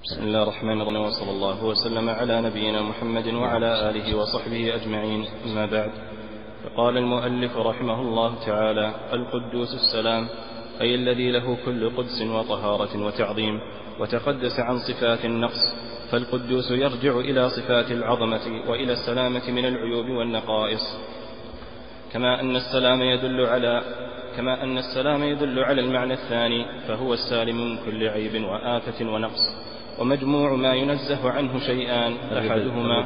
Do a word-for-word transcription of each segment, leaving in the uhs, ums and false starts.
بسم الله الرحمن الرحيم، وصلى الله وسلم على نبينا محمد وعلى آله وصحبه أجمعين، أما بعد. فقال المؤلف رحمه الله تعالى: القدوس السلام، أي الذي له كل قدس وطهارة وتعظيم، وتقدس عن صفات النقص. فالقدوس يرجع إلى صفات العظمة وإلى السلامة من العيوب والنقائص، كما أن السلام يدل على كما أن السلام يدل على المعنى الثاني، فهو السالم من كل عيب وآفة ونقص. ومجموع ما ينزه عنه شيئان أحدهما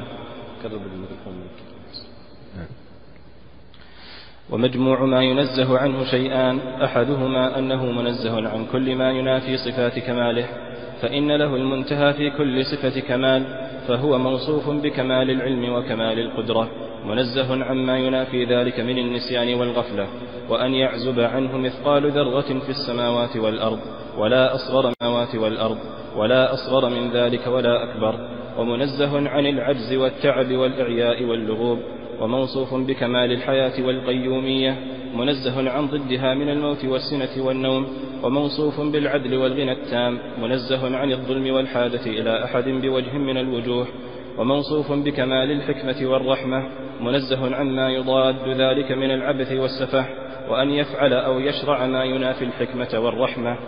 ومجموع ما ينزه عنه شيئان أحدهما أنه منزه عن كل ما ينافي صفات كماله، فإن له المنتهى في كل صفة كمال، فهو موصوف بكمال العلم وكمال القدرة، منزه عما ينافي ذلك من النسيان والغفلة، وأن يعزب عنه مثقال ذرة في السماوات والأرض، ولا أصغر السماوات والأرض ولا أصغر من ذلك ولا أكبر، ومنزه عن العجز والتعب والإعياء واللغوب، وموصوف بكمال الحياة والقيومية، منزه عن ضدها من الموت والسنة والنوم، وموصوف بالعدل والغنى التام، منزه عن الظلم والحاجة إلى أحد بوجه من الوجوه، وموصوف بكمال الحكمة والرحمة، منزه عما يضاد ذلك من العبث والسفه، وأن يفعل أو يشرع ما ينافي الحكمة والرحمة.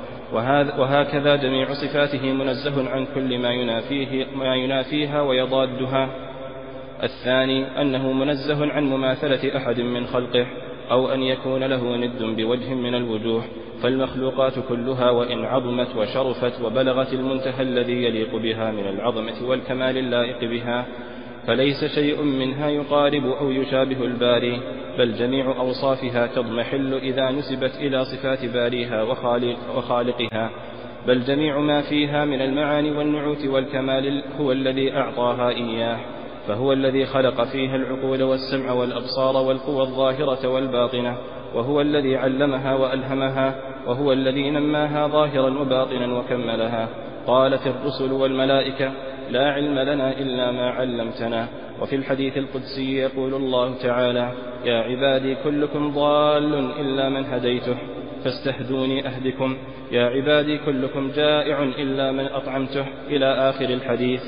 وهكذا جميع صفاته منزه عن كل ما ينافيه ما ينافيها ويضادها. الثاني أنه منزه عن مماثلة أحد من خلقه، أو أن يكون له ند بوجه من الوجوه، فالمخلوقات كلها وإن عظمت وشرفت وبلغت المنتهى الذي يليق بها من العظمة والكمال اللائق بها، فليس شيء منها يقارب أو يشابه الباري، بل جميع أوصافها تضمحل إذا نسبت إلى صفات باريها وخالق وخالقها، بل جميع ما فيها من المعاني والنعوت والكمال هو الذي أعطاها إياه، فهو الذي خلق فيها العقول والسمع والأبصار والقوى الظاهرة والباطنة، وهو الذي علمها وألهمها، وهو الذي نماها ظاهرا وباطنا وكملها. قالت الرسل والملائكة: لا علم لنا إلا ما علمتنا. وفي الحديث القدسي يقول الله تعالى: يا عبادي كلكم ضال إلا من هديته فاستهدوني أهدكم، يا عبادي كلكم جائع إلا من أطعمته، إلى آخر الحديث.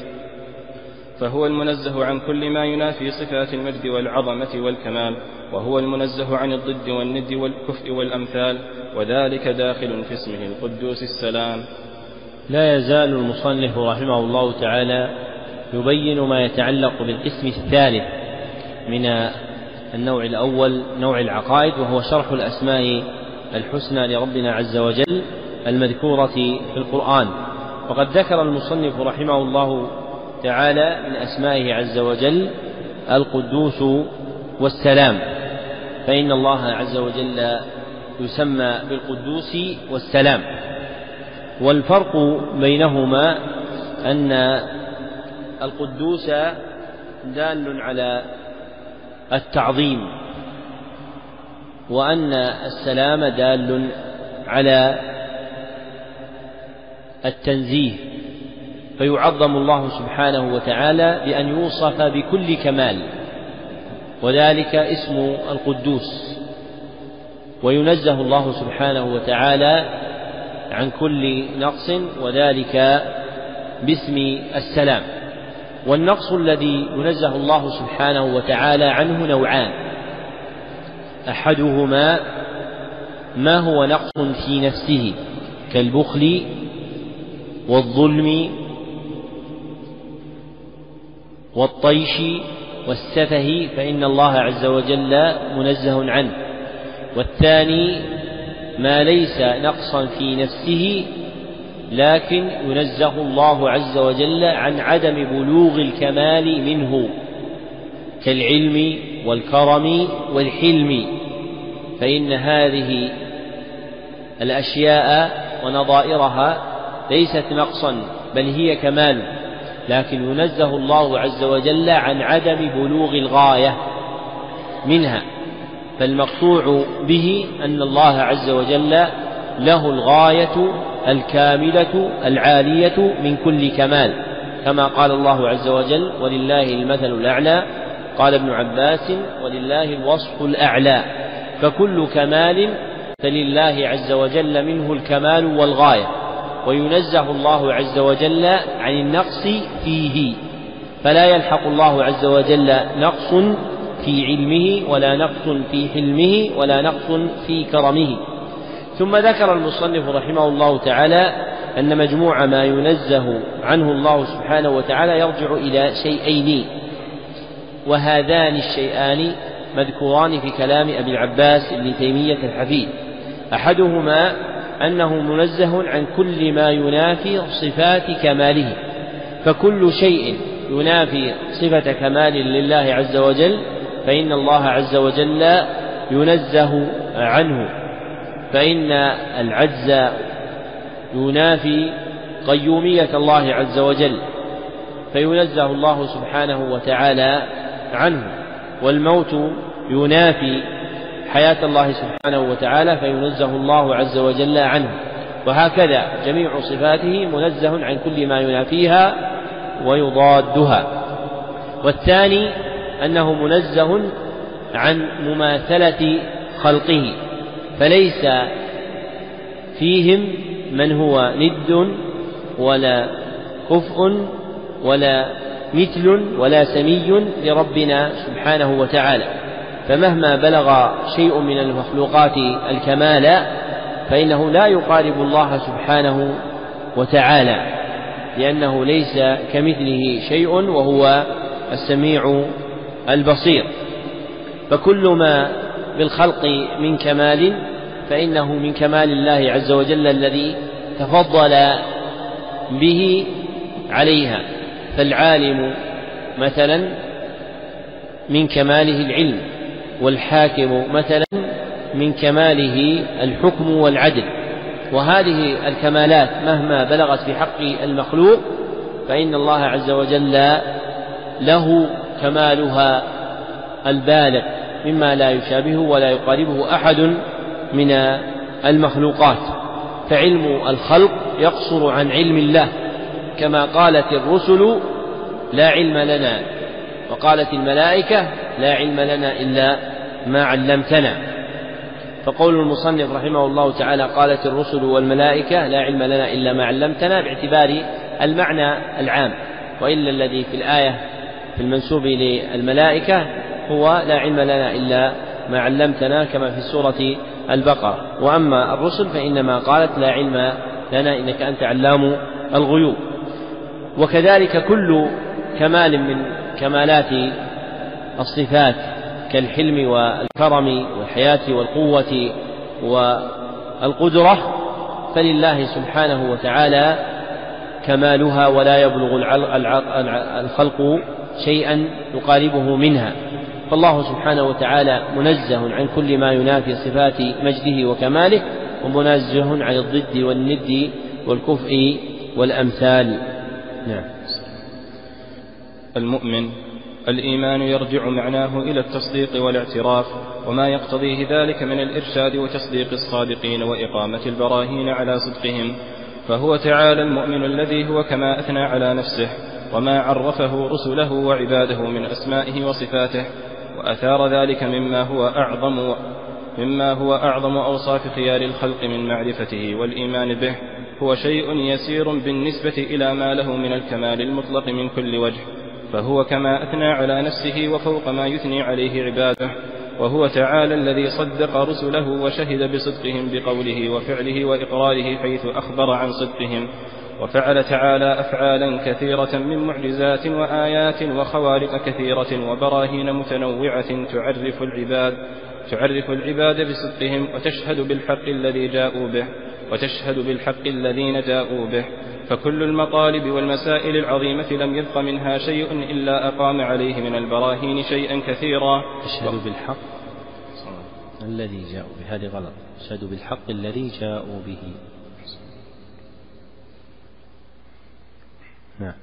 فهو المنزه عن كل ما ينافي صفات المجد والعظمة والكمال، وهو المنزه عن الضد والند والكفء والأمثال، وذلك داخل في اسمه القدوس السلام. لا يزال المصنف رحمه الله تعالى يبين ما يتعلق بالقسم الثالث من النوع الأول، نوع العقائد، وهو شرح الأسماء الحسنى لربنا عز وجل المذكورة في القرآن. وقد ذكر المصنف رحمه الله تعالى من أسمائه عز وجل القدوس والسلام، فإن الله عز وجل يسمى بالقدوس والسلام. والفرق بينهما أن القدوس دال على التعظيم، وأن السلام دال على التنزيه، فيعظم الله سبحانه وتعالى بأن يوصف بكل كمال، وذلك اسم القدوس، وينزه الله سبحانه وتعالى عن كل نقص، وذلك باسم السلام. والنقص الذي ينزه الله سبحانه وتعالى عنه نوعان: أحدهما ما هو نقص في نفسه كالبخل والظلم والطيش والسفه، فإن الله عز وجل منزه عنه. والثاني ما ليس نقصا في نفسه، لكن ينزه الله عز وجل عن عدم بلوغ الكمال منه كالعلم والكرم والحلم، فإن هذه الأشياء ونظائرها ليست نقصا بل هي كمال، لكن ينزه الله عز وجل عن عدم بلوغ الغاية منها. فالمقطوع به أن الله عز وجل له الغاية الكاملة العالية من كل كمال، كما قال الله عز وجل: ولله المثل الأعلى. قال ابن عباس: ولله الوصف الأعلى. فكل كمال فلله عز وجل منه الكمال والغاية، وينزه الله عز وجل عن النقص فيه، فلا يلحق الله عز وجل نقص في علمه ولا نقص في حلمه ولا نقص في كرمه. ثم ذكر المصنف رحمه الله تعالى أن مجموع ما ينزه عنه الله سبحانه وتعالى يرجع إلى شيئين، وهذان الشيئان مذكوران في كلام أبي العباس ابن تيمية الحفيد. أحدهما أنه منزه عن كل ما ينافي صفات كماله، فكل شيء ينافي صفة كمال لله عز وجل فإن الله عز وجل ينزه عنه، فإن العجز ينافي قيومية الله عز وجل فينزه الله سبحانه وتعالى عنه، والموت ينافي حياة الله سبحانه وتعالى فينزه الله عز وجل عنه، وهكذا جميع صفاته منزه عن كل ما ينافيها ويضادها. والثاني أنه منزه عن مماثلة خلقه، فليس فيهم من هو ند ولا كفء ولا مثل ولا سمي لربنا سبحانه وتعالى، فمهما بلغ شيء من المخلوقات الكمال فإنه لا يقارب الله سبحانه وتعالى، لأنه ليس كمثله شيء وهو السميع البصير. فكل ما بالخلق من كمال فإنه من كمال الله عز وجل الذي تفضل به عليها، فالعالم مثلا من كماله العلم، والحاكم مثلا من كماله الحكم والعدل. وهذه الكمالات مهما بلغت في حق المخلوق فإن الله عز وجل له كمالها البالغ مما لا يشابهه ولا يقاربه أحد من المخلوقات. فعلم الخلق يقصر عن علم الله، كما قالت الرسل لا علم لنا، وقالت الملائكة لا علم لنا إلا ما علمتنا. فقول المصنف رحمه الله تعالى قالت الرسل والملائكة لا علم لنا إلا ما علمتنا باعتبار المعنى العام، وإلا الذي في الآية في المنسوب للملائكة هو لا علم لنا إلا ما علمتنا كما في سورة البقرة. وأما الرسل فإنما قالت لا علم لنا إنك أنت علام الغيوب. وكذلك كل كمال من كمالات الصفات كالحلم والكرم والحياة والقوة والقدرة فلله سبحانه وتعالى كمالها، ولا يبلغ الخلق شيئا يقاربه منها. فالله سبحانه وتعالى منزه عن كل ما ينافي صفات مجده وكماله، ومنزه عن الضد والند والكفء والأمثال. نعم. المؤمن الإيمان يرجع معناه إلى التصديق والاعتراف، وما يقتضيه ذلك من الإرشاد وتصديق الصادقين وإقامة البراهين على صدقهم. فهو تعالى المؤمن الذي هو كما أثنى على نفسه وما عرفه رسله وعباده من أسمائه وصفاته، وأثار ذلك مما هو أعظم مما هو أعظم أوصاف خيار الخلق من معرفته والإيمان به. هو شيء يسير بالنسبة إلى ما له من الكمال المطلق من كل وجه، فهو كما أثنى على نفسه وفوق ما يثني عليه عباده. وهو تعالى الذي صدق رسله وشهد بصدقهم بقوله وفعله وإقراره، حيث أخبر عن صدقهم. وفعل تعالى أفعالا كثيرة من معجزات وآيات وخوارق كثيرة وبراهين متنوعة تعرف العباد تعرف العباد بصدقهم، وتشهد بالحق الذي جاءوا به وتشهد بالحق الذين جاءوا به. فكل المطالب والمسائل العظيمة لم يبق منها شيء إلا أقام عليه من البراهين شيئا كثيرا. تشهد بالحق الذي جاءوا به، هذه غلط، تشهد بالحق الذي جاءوا به. نعم.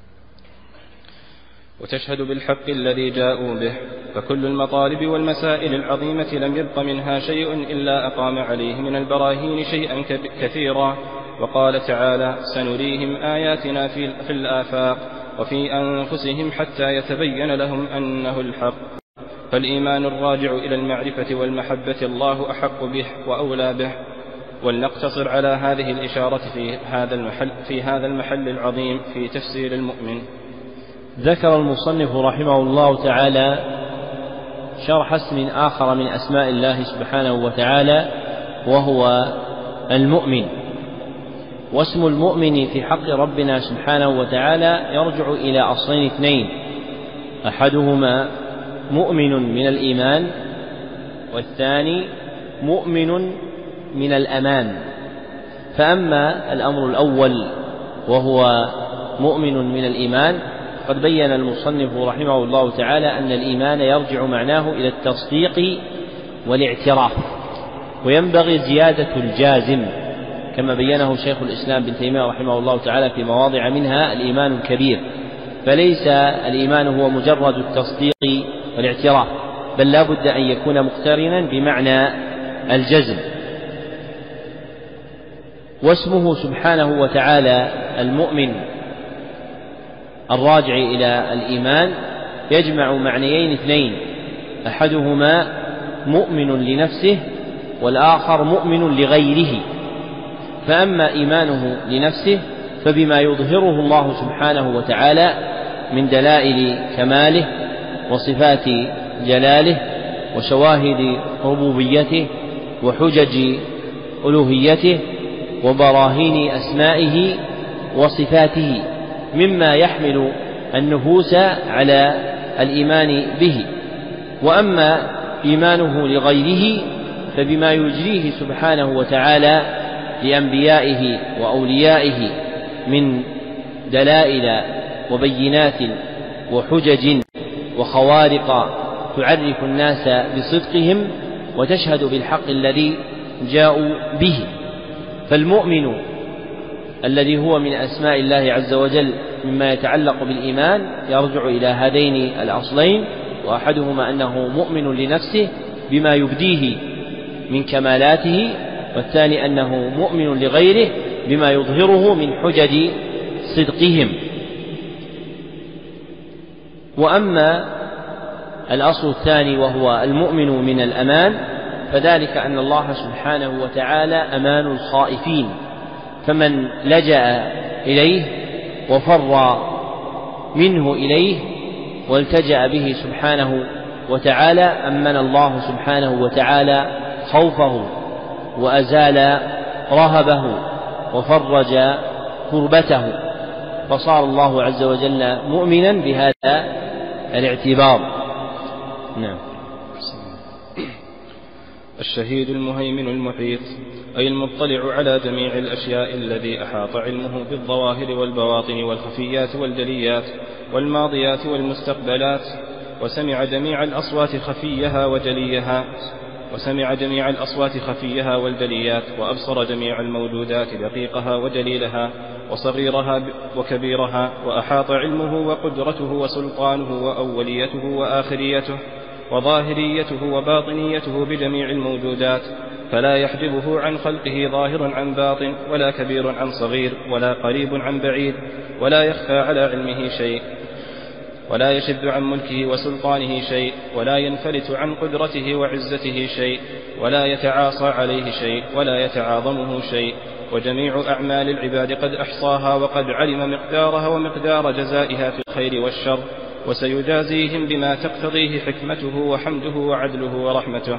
وتشهد بالحق الذي جاءوا به. فكل المطالب والمسائل العظيمة لم يبق منها شيء إلا أقام عليه من البراهين شيئا كثيرا. وقال تعالى سنريهم آياتنا في الآفاق وفي أنفسهم حتى يتبين لهم أنه الحق. فالإيمان الراجع إلى المعرفة والمحبة الله أحق به وأولى به، ولنقتصر على هذه الإشارة في هذا المحل, في هذا المحل العظيم في تفسير المؤمن. ذكر المصنف رحمه الله تعالى شرح اسم آخر من أسماء الله سبحانه وتعالى وهو المؤمن. واسم المؤمن في حق ربنا سبحانه وتعالى يرجع إلى أصلين اثنين: أحدهما مؤمن من الإيمان، والثاني مؤمن من الأمان. فأما الأمر الأول وهو مؤمن من الإيمان قد بين المصنف رحمه الله تعالى أن الإيمان يرجع معناه إلى التصديق والاعتراف، وينبغي زيادة الجازم كما بينه شيخ الإسلام بن تيمية رحمه الله تعالى في مواضع منها الإيمان الكبير. فليس الإيمان هو مجرد التصديق والاعتراف، بل لا بد أن يكون مقترنا بمعنى الجزم. واسمه سبحانه وتعالى المؤمن الراجع إلى الإيمان يجمع معنيين اثنين: أحدهما مؤمن لنفسه، والآخر مؤمن لغيره. فأما إيمانه لنفسه فبما يظهره الله سبحانه وتعالى من دلائل كماله وصفات جلاله وشواهد ربوبيته وحجج ألوهيته وبراهين أسمائه وصفاته، مما يحمل النفوس على الإيمان به. وأما إيمانه لغيره فبما يجريه سبحانه وتعالى لأنبيائه وأوليائه من دلائل وبينات وحجج وخوارق تعرف الناس بصدقهم وتشهد بالحق الذي جاءوا به. فالمؤمن الذي هو من أسماء الله عز وجل مما يتعلق بالإيمان يرجع إلى هذين الأصلين: وأحدهما أنه مؤمن لنفسه بما يبديه من كمالاته، والثاني أنه مؤمن لغيره بما يظهره من حجج صدقهم. وأما الأصل الثاني وهو المؤمن من الأمان فذلك أن الله سبحانه وتعالى أمان الخائفين، فمن لجأ إليه وفر منه إليه والتجأ به سبحانه وتعالى أمن الله سبحانه وتعالى خوفه وأزال رهبه وفرج كربته، فصار الله عز وجل مؤمنا بهذا الاعتبار. نعم. الشهيد المهيمن المحيط، أي المطلع على جميع الأشياء الذي أحاط علمه بالظواهر والبواطن والخفيات والجليات والماضيات والمستقبلات، وسمع جميع الأصوات خفيها وجليها وسمع جميع الأصوات خفيها والجليات، وأبصر جميع الموجودات دقيقها وجليلها وصغيرها وكبيرها، وأحاط علمه وقدرته وسلطانه وأوليته وآخريته وظاهريته وباطنيته بجميع الموجودات، فلا يحجبه عن خلقه ظاهر عن باطن، ولا كبير عن صغير، ولا قريب عن بعيد، ولا يخفى على علمه شيء، ولا يشد عن ملكه وسلطانه شيء، ولا ينفلت عن قدرته وعزته شيء، ولا يتعاصى عليه شيء، ولا يتعاظمه شيء. وجميع أعمال العباد قد أحصاها وقد علم مقدارها ومقدار جزائها في الخير والشر، وسيجازيهم بما تقتضيه حكمته وحمده وعدله ورحمته.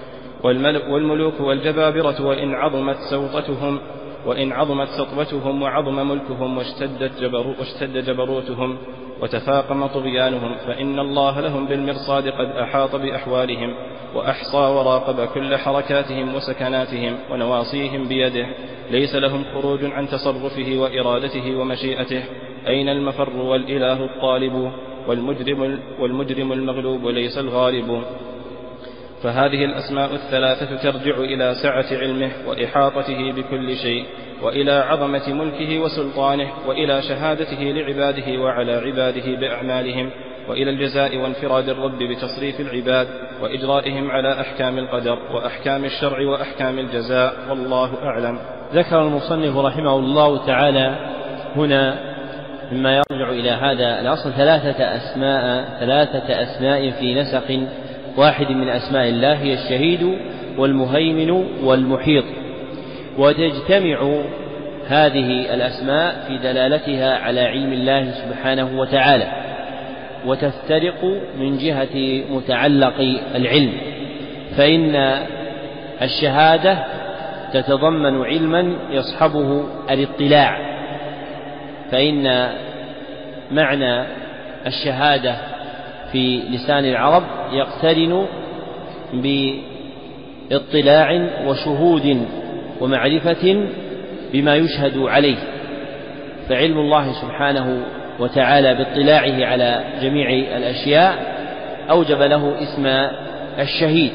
والملوك والجبابرة وإن عظمت سوطتهم وإن عظمت سطوتهم وعظم ملكهم واشتدت جبرو واشتد جبروتهم وتفاقم طغيانهم، فإن الله لهم بالمرصاد قد أحاط بأحوالهم وأحصى وراقب كل حركاتهم وسكناتهم ونواصيهم بيده، ليس لهم خروج عن تصرفه وإرادته ومشيئته. أين المفر والإله الطالب والمجرم, والمجرم المغلوب وليس الغالب. فهذه الأسماء الثلاثة ترجع إلى سعة علمه وإحاطته بكل شيء، وإلى عظمة ملكه وسلطانه، وإلى شهادته لعباده وعلى عباده بأعمالهم، وإلى الجزاء وانفراد الرب بتصريف العباد وإجرائهم على أحكام القدر وأحكام الشرع وأحكام الجزاء، والله أعلم. ذكر المصنف رحمه الله تعالى هنا مما يرجع إلى هذا الأصل ثلاثة أسماء ثلاثة أسماء في نسق واحد من أسماء الله، هي الشهيد والمهيمن والمحيط. وتجتمع هذه الأسماء في دلالتها على علم الله سبحانه وتعالى، وتفترق من جهة متعلق العلم، فإن الشهادة تتضمن علما يصحبه الاطلاع، فإن معنى الشهادة في لسان العرب يقترن باطلاع وشهود ومعرفة بما يشهد عليه، فعلم الله سبحانه وتعالى باطلاعه على جميع الأشياء أوجب له اسم الشهيد.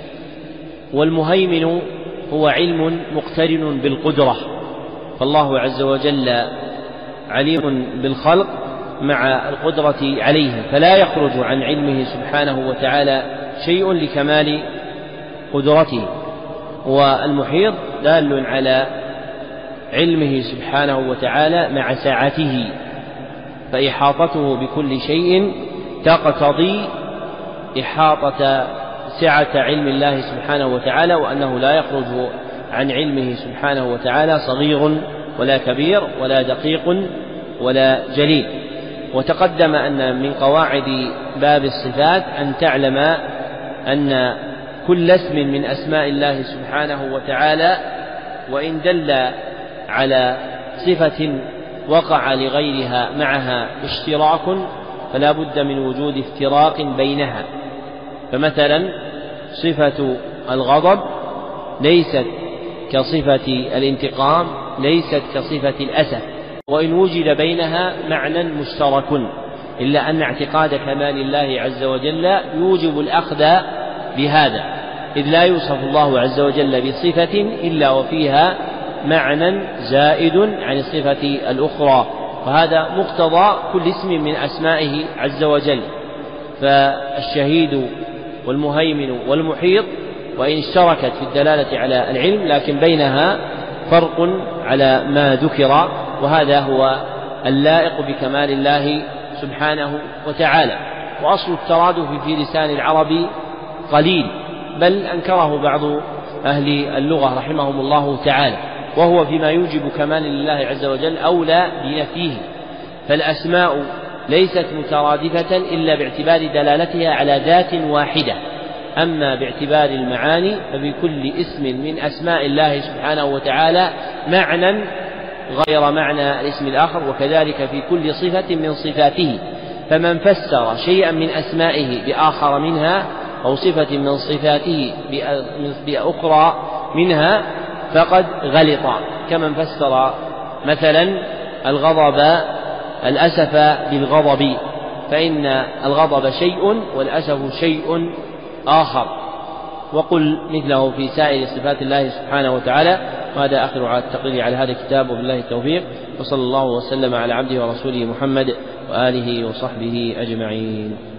والمهيمن هو علم مقترن بالقدرة، فالله عز وجل عليم بالخلق مع القدرة عليهم، فلا يخرج عن علمه سبحانه وتعالى شيء لكمال قدرته. والمحيط دال على علمه سبحانه وتعالى مع سعته، فإحاطته بكل شيء تقتضي إحاطة سعة علم الله سبحانه وتعالى، وأنه لا يخرج عن علمه سبحانه وتعالى صغير ولا كبير ولا دقيق ولا جليل. وتقدم أن من قواعد باب الصفات أن تعلم أن كل اسم من أسماء الله سبحانه وتعالى وإن دل على صفة وقع لغيرها معها اشتراك فلا بد من وجود افتراق بينها. فمثلا صفة الغضب ليست كصفة الانتقام، ليست كصفة الأسف، وإن وجد بينها معنى مشترك، إلا أن اعتقاد كمال الله عز وجل يوجب الأخذ بهذا، إذ لا يوصف الله عز وجل بصفة إلا وفيها معنى زائد عن الصفة الأخرى، وهذا مقتضى كل اسم من أسمائه عز وجل. فالشهيد والمهيمن والمحيط وإن اشتركت في الدلالة على العلم لكن بينها فرق على ما ذكر، وهذا هو اللائق بكمال الله سبحانه وتعالى. وأصل الترادف في لسان العرب قليل، بل أنكره بعض أهل اللغة رحمهم الله تعالى، وهو فيما يوجب كمال لله عز وجل أولى بنفيه. فالأسماء ليست مترادفة إلا باعتبار دلالتها على ذات واحدة، أما باعتبار المعاني ففي كل اسم من أسماء الله سبحانه وتعالى معنى غير معنى الاسم الآخر، وكذلك في كل صفة من صفاته. فمن فسر شيئا من أسمائه بآخر منها أو صفة من صفاته بأخرى منها فقد غلط، كمن فسر مثلا الغضب الأسف بالغضب، فإن الغضب شيء والأسف شيء آخر، وقل مثله في سائر صفات الله سبحانه وتعالى. وهذا آخر على التقرير على هذا الكتاب، وبالله التوفيق، وصلى الله وسلم على عبده ورسوله محمد وآله وصحبه أجمعين.